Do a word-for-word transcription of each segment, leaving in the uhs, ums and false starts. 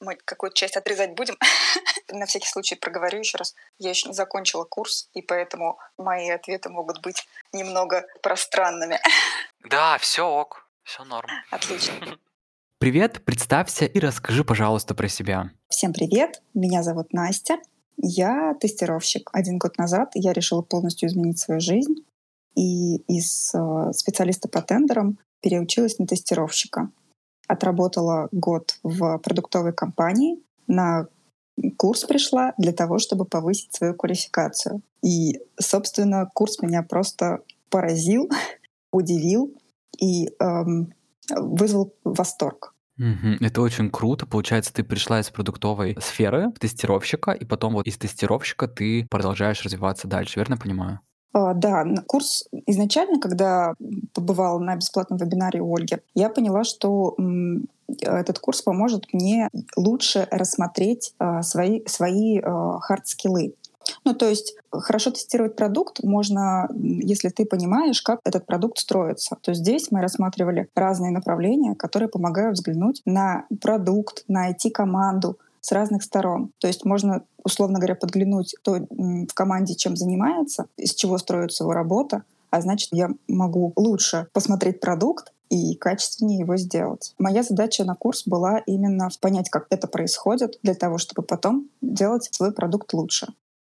мы какую-то часть отрезать будем. На всякий случай проговорю еще раз. Я еще не закончила курс, и поэтому мои ответы могут быть немного пространными. Да, все ок, все норм. Отлично. Привет, представься и расскажи, пожалуйста, про себя. Всем привет, меня зовут Настя. Я тестировщик. Один год назад я решила полностью изменить свою жизнь и из э, специалиста по тендерам переучилась на тестировщика. Отработала год в продуктовой компании, на курс пришла для того, чтобы повысить свою квалификацию. И, собственно, курс меня просто поразил, удивил и эм, вызвал восторг. Мгм. Это очень круто. Получается, ты пришла из продуктовой сферы в тестировщика, и потом вот из тестировщика ты продолжаешь развиваться дальше, верно понимаю? А, Да, на курс изначально, когда побывала на бесплатном вебинаре у Ольги, я поняла, что м, этот курс поможет мне лучше рассмотреть а, свои, свои хард-скиллы. Ну, то есть хорошо тестировать продукт можно, м, если ты понимаешь, как этот продукт строится. То есть здесь мы рассматривали разные направления, которые помогают взглянуть на продукт, на ай ти-команду с разных сторон. То есть можно, условно говоря, подглянуть, кто м, в команде чем занимается, из чего строится его работа, а значит, я могу лучше посмотреть продукт и качественнее его сделать. Моя задача на курс была именно понять, как это происходит, для того, чтобы потом делать свой продукт лучше.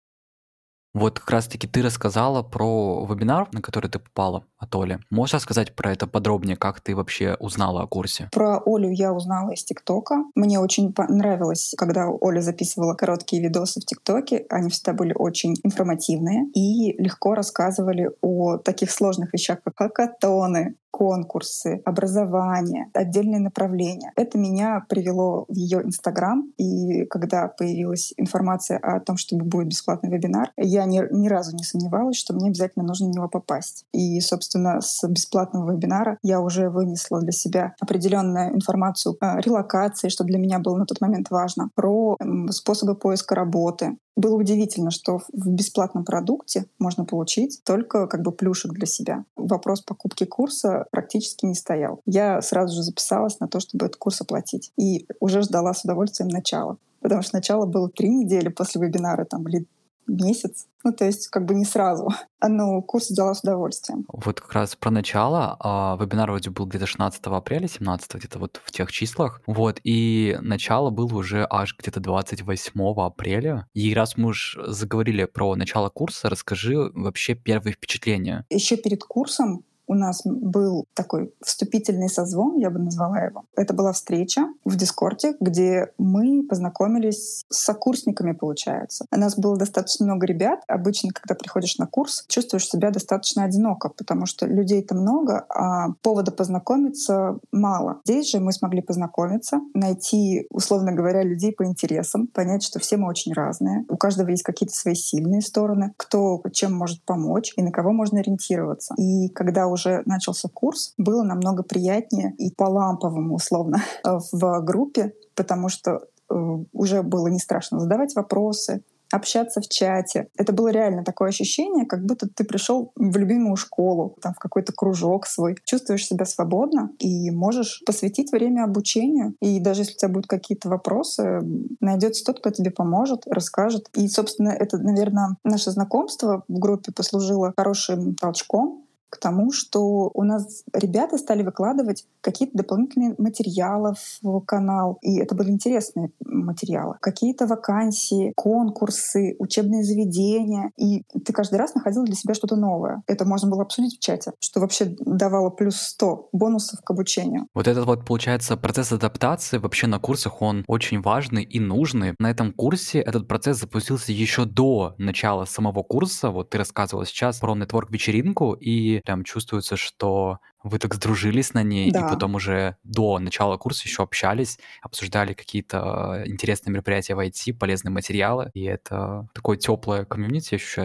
Вот как раз-таки ты рассказала про вебинар, на который ты попала от Оли. Можешь рассказать про это подробнее, как ты вообще узнала о курсе? Про Олю я узнала из ТикТока. Мне очень понравилось, когда Оля записывала короткие видосы в ТикТоке. Они всегда были очень информативные и легко рассказывали о таких сложных вещах, как хакатоны, конкурсы, образование, отдельные направления. Это меня привело в ее Инстаграм, и когда появилась информация о том, что будет бесплатный вебинар, я ни, ни разу не сомневалась, что мне обязательно нужно на него попасть. И, собственно, с бесплатного вебинара я уже вынесла для себя определенную информацию о релокации, что для меня было на тот момент важно, про м, способы поиска работы. Было удивительно, что в бесплатном продукте можно получить только как бы плюшек для себя. Вопрос покупки курса практически не стоял. Я сразу же записалась на то, чтобы этот курс оплатить. И уже ждала с удовольствием начала. Потому что начало было три недели после вебинара там, или месяц. Ну, то есть как бы не сразу. Но курс взяла с удовольствием. Вот как раз про начало. а, Вебинар вроде был где-то шестнадцатого апреля, семнадцатого, где-то вот в тех числах. Вот, и начало было уже аж где-то двадцать восьмого апреля. И раз мы уж заговорили про начало курса, расскажи вообще первые впечатления. Еще перед курсом у нас был такой вступительный созвон, я бы назвала его. Это была встреча в Дискорде, где мы познакомились с сокурсниками, получается. У нас было достаточно много ребят. Обычно, когда приходишь на курс, чувствуешь себя достаточно одиноко, потому что людей-то много, а повода познакомиться мало. Здесь же мы смогли познакомиться, найти, условно говоря, людей по интересам, понять, что все мы очень разные. У каждого есть какие-то свои сильные стороны, кто чем может помочь и на кого можно ориентироваться. И когда уже уже начался курс, было намного приятнее и по-ламповому, условно, в группе, потому что э, уже было не страшно задавать вопросы, общаться в чате. Это было реально такое ощущение, как будто ты пришел в любимую школу, там, в какой-то кружок свой. Чувствуешь себя свободно и можешь посвятить время обучению. И даже если у тебя будут какие-то вопросы, найдется тот, кто тебе поможет, расскажет. И, собственно, это, наверное, наше знакомство в группе послужило хорошим толчком к тому, что у нас ребята стали выкладывать какие-то дополнительные материалы в канал. И это были интересные материалы. Какие-то вакансии, конкурсы, учебные заведения. И ты каждый раз находил для себя что-то новое. Это можно было обсудить в чате, что вообще давало плюс сто бонусов к обучению. Вот этот вот, получается, процесс адаптации вообще на курсах, он очень важный и нужный. На этом курсе этот процесс запустился еще до начала самого курса. Вот ты рассказывала сейчас про нетворк-вечеринку, и прям чувствуется, что вы так сдружились на ней, и Да. потом уже до начала курса еще общались, обсуждали какие-то интересные мероприятия в ай ти, полезные материалы, и это такое теплое комьюнити ощущается.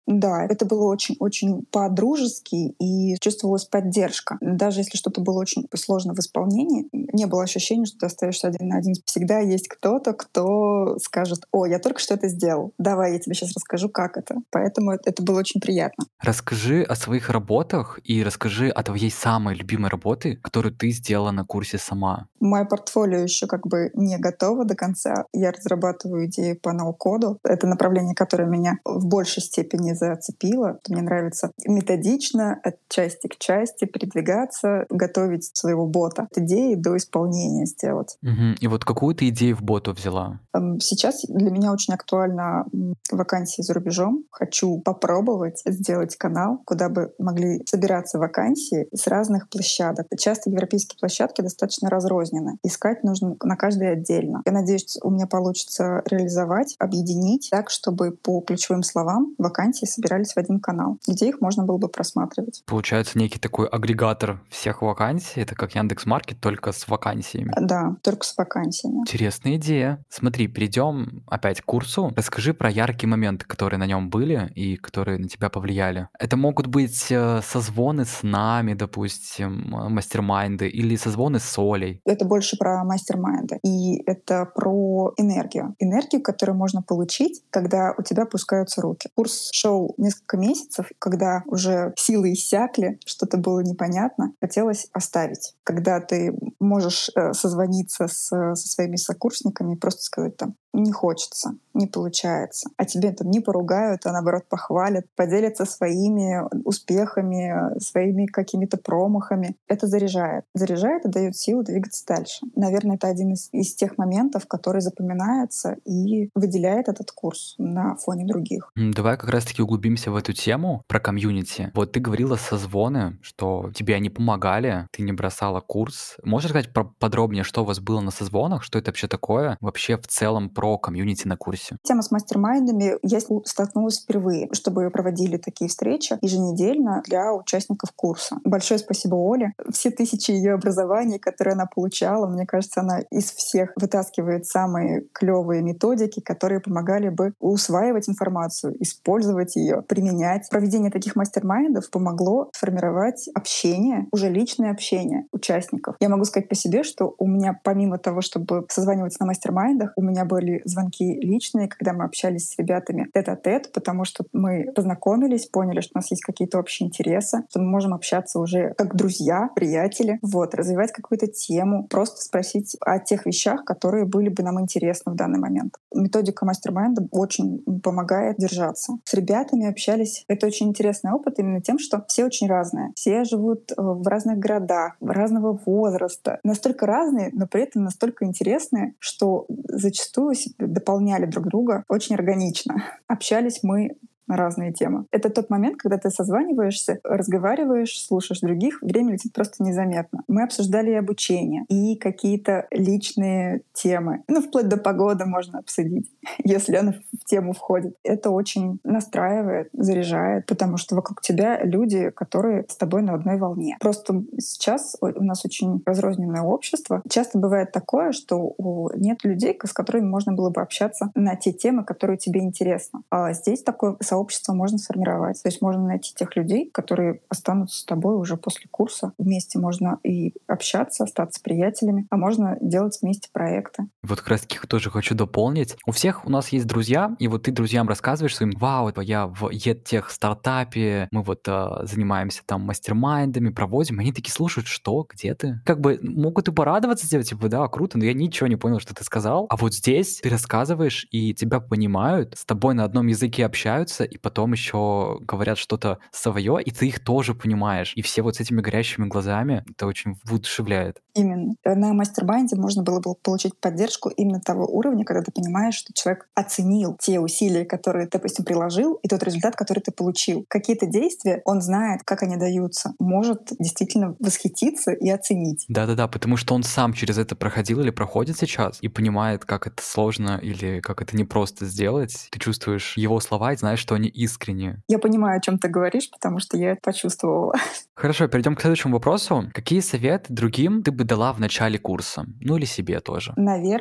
Да, это было очень-очень по-дружески и чувствовалась поддержка. Даже если что-то было очень сложно в исполнении, не было ощущения, что ты остаешься один на один. Всегда есть кто-то, кто скажет: «О, я только что это сделал. Давай, я тебе сейчас расскажу, как это». Поэтому это это было очень приятно. Расскажи о своих работах и расскажи о твоей самой любимой работе, которую ты сделала на курсе сама. Мое портфолио еще как бы не готово до конца. Я разрабатываю идеи по ноу-коду. Это направление, которое меня в большей степени зацепило. Мне нравится методично, от части к части продвигаться, готовить своего бота от идеи до исполнения сделать. Мгм. И вот какую ты идею в боту взяла? Эм, Сейчас для меня очень актуальна м, вакансии за рубежом. Хочу попробовать сделать канал, куда бы могли собираться вакансии с разных площадок. Часто европейские площадки достаточно разрознены. Искать нужно на каждой отдельно. Я надеюсь, у меня получится реализовать, объединить так, чтобы по ключевым словам вакансии собирались в один канал, где их можно было бы просматривать. Получается некий такой агрегатор всех вакансий. Это как Яндекс.Маркет, только с вакансиями. Да, только с вакансиями. Интересная идея. Смотри, перейдем опять к курсу. Расскажи про яркие моменты, которые на нем были и которые на тебя повлияли. Это могут быть э, созвоны с нами, допустим, э, мастер-майнды или созвоны с Олей. Это больше про мастер-майнды. И это про энергию. Энергию, которую можно получить, когда у тебя опускаются руки. Курс шел несколько месяцев, когда уже силы иссякли, что-то было непонятно, хотелось оставить. Когда ты можешь э, созвониться с, со своими сокурсниками и просто сказать там: не хочется, не получается. А тебе там не поругают, а наоборот похвалят, поделятся своими успехами, своими какими-то промахами. Это заряжает. Заряжает и дает силу двигаться дальше. Наверное, это один из, из тех моментов, который запоминается и выделяет этот курс на фоне других. М, Давай как раз-таки углубимся в эту тему про комьюнити. Вот ты говорила созвоны, что тебе они помогали, ты не бросала курс. Можешь сказать про- подробнее, что у вас было на созвонах, что это вообще такое, вообще в целом про комьюнити на курсе? Тема с мастер-майндами я с ней столкнулась впервые, чтобы проводили такие встречи еженедельно для участников курса. Большое спасибо Оле. Все тысячи ее образований, которые она получала, мне кажется, она из всех вытаскивает самые клевые методики, которые помогали бы усваивать информацию, использовать ее, применять. Проведение таких мастер-майндов помогло сформировать общение, уже личное общение участников. Я могу сказать по себе, что у меня помимо того, чтобы созваниваться на мастер-майндах, у меня были звонки личные, когда мы общались с ребятами тет-а-тет, потому что мы познакомились, поняли, что у нас есть какие-то общие интересы, что мы можем общаться уже как друзья, приятели, вот, развивать какую-то тему, просто спросить о тех вещах, которые были бы нам интересны в данный момент. Методика мастер-майнда очень помогает держаться. С ребятами общались. Это очень интересный опыт именно тем, что все очень разные. Все живут в разных городах, разного возраста. Настолько разные, но при этом настолько интересные, что зачастую дополняли друг друга очень органично. Общались мы на разные темы. Это тот момент, когда ты созваниваешься, разговариваешь, слушаешь других, время летит просто незаметно. Мы обсуждали и обучение, и какие-то личные темы. Ну, вплоть до погоды можно обсудить, если она в тему входит. Это очень настраивает, заряжает, потому что вокруг тебя люди, которые с тобой на одной волне. Просто сейчас у нас очень разрозненное общество. Часто бывает такое, что нет людей, с которыми можно было бы общаться на те темы, которые тебе интересны. А здесь такое сообщество можно сформировать. То есть можно найти тех людей, которые останутся с тобой уже после курса. Вместе можно и общаться, остаться приятелями, а можно делать вместе проекты. Вот как раз таки тоже хочу дополнить. У всех у нас есть друзья, и вот ты друзьям рассказываешь своим: вау, я в EdTech стартапе, мы вот а, занимаемся там мастер-майндами, проводим. Они такие слушают: что, где ты? Как бы могут и порадоваться тебе, типа, да, круто, но я ничего не понял, что ты сказал. А вот здесь ты рассказываешь, и тебя понимают, с тобой на одном языке общаются, и потом еще говорят что-то свое, и ты их тоже понимаешь. И все вот с этими горящими глазами, это очень воодушевляет. Именно. На мастер-майнде можно было бы получить поддержку именно того уровня, когда ты понимаешь, что человек оценил те усилия, которые ты, допустим, приложил, и тот результат, который ты получил. Какие-то действия он знает, как они даются, может действительно восхититься и оценить. Да-да-да, потому что он сам через это проходил или проходит сейчас и понимает, как это сложно или как это непросто сделать. Ты чувствуешь его слова и знаешь, что они искренние. Я понимаю, о чем ты говоришь, потому что я это почувствовала. Хорошо, перейдем к следующему вопросу. Какие советы другим ты бы дала в начале курса? Ну или себе тоже? Наверное,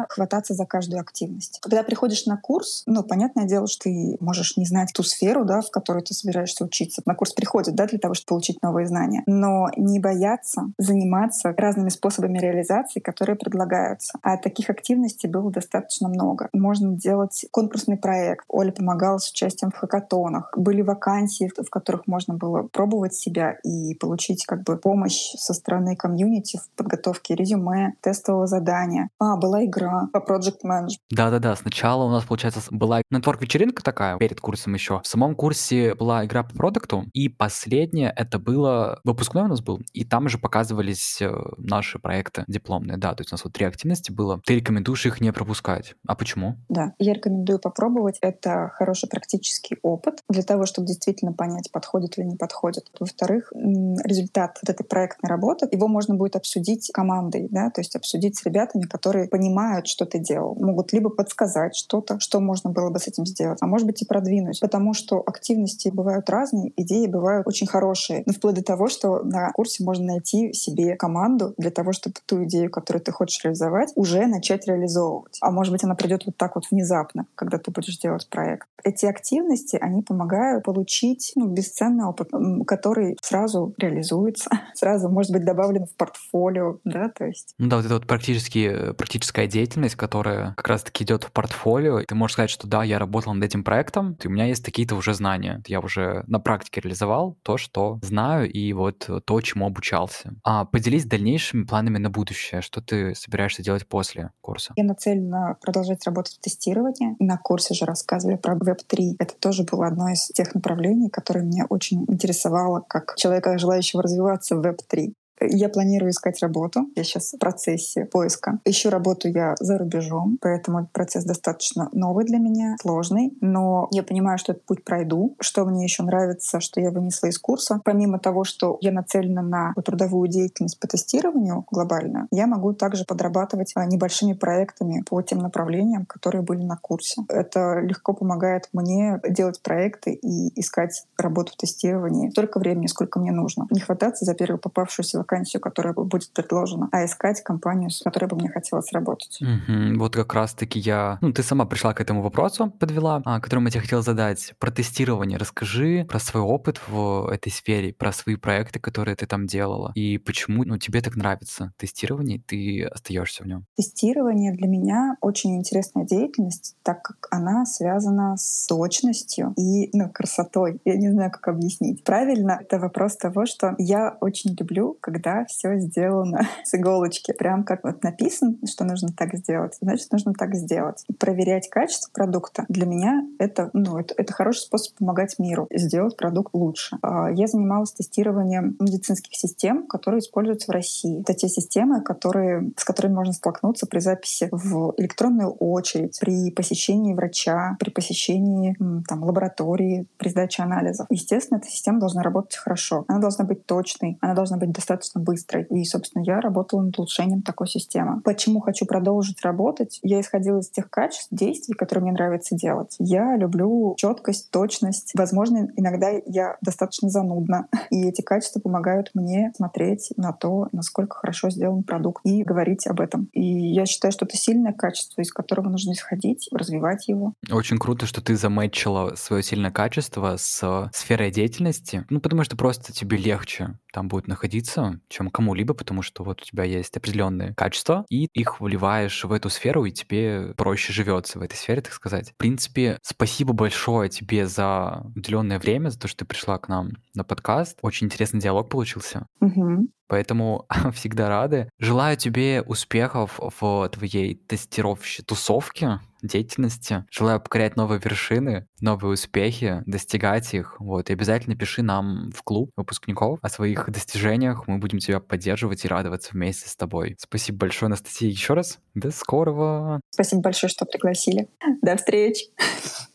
нужно хвататься за каждую активность. Когда приходишь на курс, ну, понятное дело, что ты можешь не знать ту сферу, да, в которой ты собираешься учиться. На курс приходят, да, для того, чтобы получить новые знания. Но не бояться заниматься разными способами реализации, которые предлагаются. А таких активностей было достаточно много. Можно делать конкурсный проект. Оля помогала с участием в хакатонах. Были вакансии, в которых можно было пробовать себя и получить как бы помощь со стороны комьюнити в подготовке резюме, тестового задания. А, была игра по Project Management. Да-да-да, сначала у нас, получается, с- была нетворк-вечеринка такая перед курсом еще. В самом курсе была игра по продукту, и последнее это было... Выпускной у нас был, и там же показывались э, наши проекты дипломные. Да, то есть у нас вот три активности было. Ты рекомендуешь их не пропускать. А почему? Да, я рекомендую попробовать. Это хороший практический опыт для того, чтобы действительно понять, подходит или не подходит. Во-вторых, м, результат вот этой проектной работы, его можно будет обсудить командой, да, то есть обсудить с ребятами, которые понимают, что ты делал, могут либо подсказать что-то, что можно было бы с этим сделать, а может быть и продвинуть, потому что активности бывают разные, идеи бывают очень хорошие, но вплоть до того, что на курсе можно найти себе команду для того, чтобы ту идею, которую ты хочешь реализовать, уже начать реализовывать. А может быть, она придет вот так вот внезапно, когда ты будешь делать проект. Эти активности, они помогают получить ну, бесценный опыт, м, который сразу реализуется, сразу может быть добавлен в портфолио, да, то есть. Ну да, вот эта вот практически, практическая деятельность, которая как раз-таки идет в портфолио. Ты можешь сказать, что да, я работал над этим проектом, и у меня есть такие-то уже знания. Я уже на практике реализовал то, что знаю, и вот то, чему обучался. А поделись дальнейшими планами на будущее. Что ты собираешься делать после курса? Я нацелена продолжать работать в тестировании. На курсе же рассказывали про веб три. Это тоже было одно из тех направлений, которое меня очень интересовало как человека, желающего развиваться в веб три. Я планирую искать работу. Я сейчас в процессе поиска. Ищу работу я за рубежом, поэтому этот процесс достаточно новый для меня, сложный. Но я понимаю, что этот путь пройду. Что мне еще нравится, что я вынесла из курса. Помимо того, что я нацелена на трудовую деятельность по тестированию глобально, я могу также подрабатывать а, небольшими проектами по тем направлениям, которые были на курсе. Это легко помогает мне делать проекты и искать работу в тестировании столько времени, сколько мне нужно. Не хвататься за первую попавшуюся вакансию, которая будет предложена, а искать компанию, с которой бы мне хотелось работать. Мгм. Вот как раз-таки я... Ну, ты сама пришла к этому вопросу, подвела, а, который я тебе хотел задать. Про тестирование. Расскажи про свой опыт в этой сфере, про свои проекты, которые ты там делала, и почему ну, тебе так нравится тестирование, и ты остаешься в нем. Тестирование для меня очень интересная деятельность, так как она связана с точностью и ну, красотой. Я не знаю, как объяснить. Правильно, это вопрос того, что я очень люблю, когда все сделано с иголочки. Прям как вот написано, что нужно так сделать, значит, нужно так сделать. И проверять качество продукта для меня это, ну, это, это хороший способ помогать миру, сделать продукт лучше. А, Я занималась тестированием медицинских систем, которые используются в России. Это те системы, которые, с которыми можно столкнуться при записи в электронную очередь, при посещении врача, при посещении м, там, лаборатории, при сдаче анализов. Естественно, эта система должна работать хорошо. Она должна быть точной, она должна быть достаточно быстрой. И, собственно, я работала над улучшением такой системы. Почему хочу продолжить работать? Я исходила из тех качеств, действий, которые мне нравится делать. Я люблю четкость, точность. Возможно, иногда я достаточно занудна. И эти качества помогают мне смотреть на то, насколько хорошо сделан продукт, и говорить об этом. И я считаю, что это сильное качество, из которого нужно исходить, развивать его. Очень круто, что ты замэтчила свое сильное качество с сферой деятельности. Ну, потому что просто тебе легче там будет находиться, чем кому-либо, потому что вот у тебя есть определенные качества, и их вливаешь в эту сферу, и тебе проще живется в этой сфере, так сказать. В принципе, спасибо большое тебе за уделенное время, за то, что ты пришла к нам на подкаст. Очень интересный диалог получился. Мгм. Поэтому всегда рады. Желаю тебе успехов в твоей тестировщей тусовке, деятельности. Желаю покорять новые вершины, новые успехи, достигать их. Вот. И обязательно пиши нам в клуб выпускников о своих достижениях. Мы будем тебя поддерживать и радоваться вместе с тобой. Спасибо большое, Анастасия, еще раз. До скорого. Спасибо большое, что пригласили. До встречи.